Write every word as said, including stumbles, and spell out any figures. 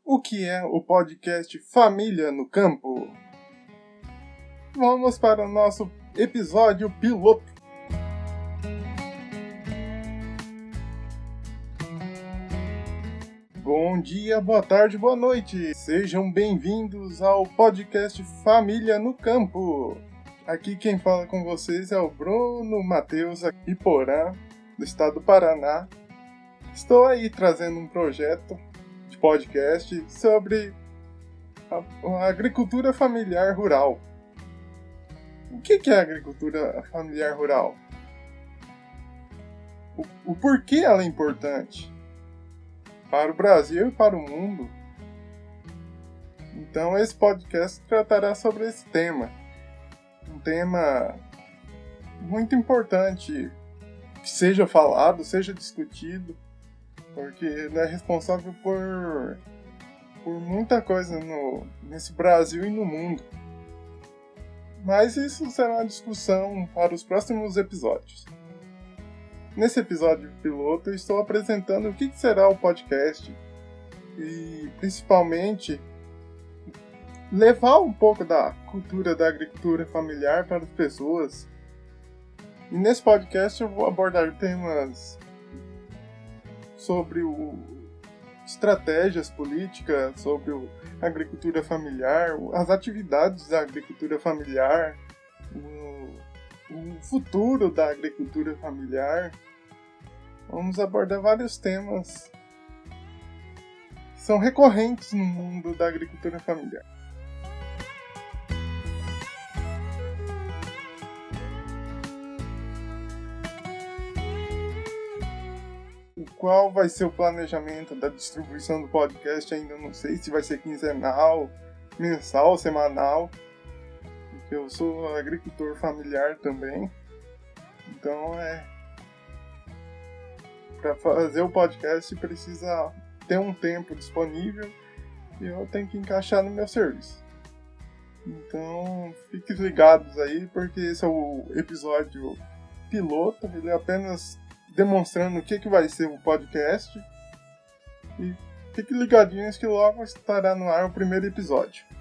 O que é o podcast Família no Campo? Vamos para o nosso episódio piloto. Bom dia, boa tarde, boa noite. Sejam bem-vindos ao podcast Família no Campo. Aqui quem fala com vocês é o Bruno Matheus Iporã, do estado do Paraná. Estou aí trazendo um projeto de podcast sobre a, a agricultura familiar rural. O que, que é a agricultura familiar rural? O, o porquê ela é importante para o Brasil e para o mundo? Então esse podcast tratará sobre esse tema. Um tema muito importante que seja falado, seja discutido, porque ele é responsável por, por muita coisa no, nesse Brasil e no mundo. Mas isso será uma discussão para os próximos episódios. Nesse episódio piloto eu estou apresentando o que será o podcast e principalmente levar um pouco da cultura da agricultura familiar para as pessoas. E nesse podcast eu vou abordar temas sobre o, estratégias políticas, sobre o, a agricultura familiar, as atividades da agricultura familiar, o, o futuro da agricultura familiar. Vamos abordar vários temas que são recorrentes no mundo da agricultura familiar. Qual vai ser o planejamento da distribuição do podcast? Ainda não sei se vai ser quinzenal, mensal, semanal, porque eu sou agricultor familiar também. Então é para fazer o podcast precisa ter um tempo disponível e eu tenho que encaixar no meu serviço. Então fiquem ligados aí, porque esse é o episódio piloto, ele é apenas demonstrando o que, que vai ser o podcast. E fiquem ligadinhos que logo estará no ar o primeiro episódio.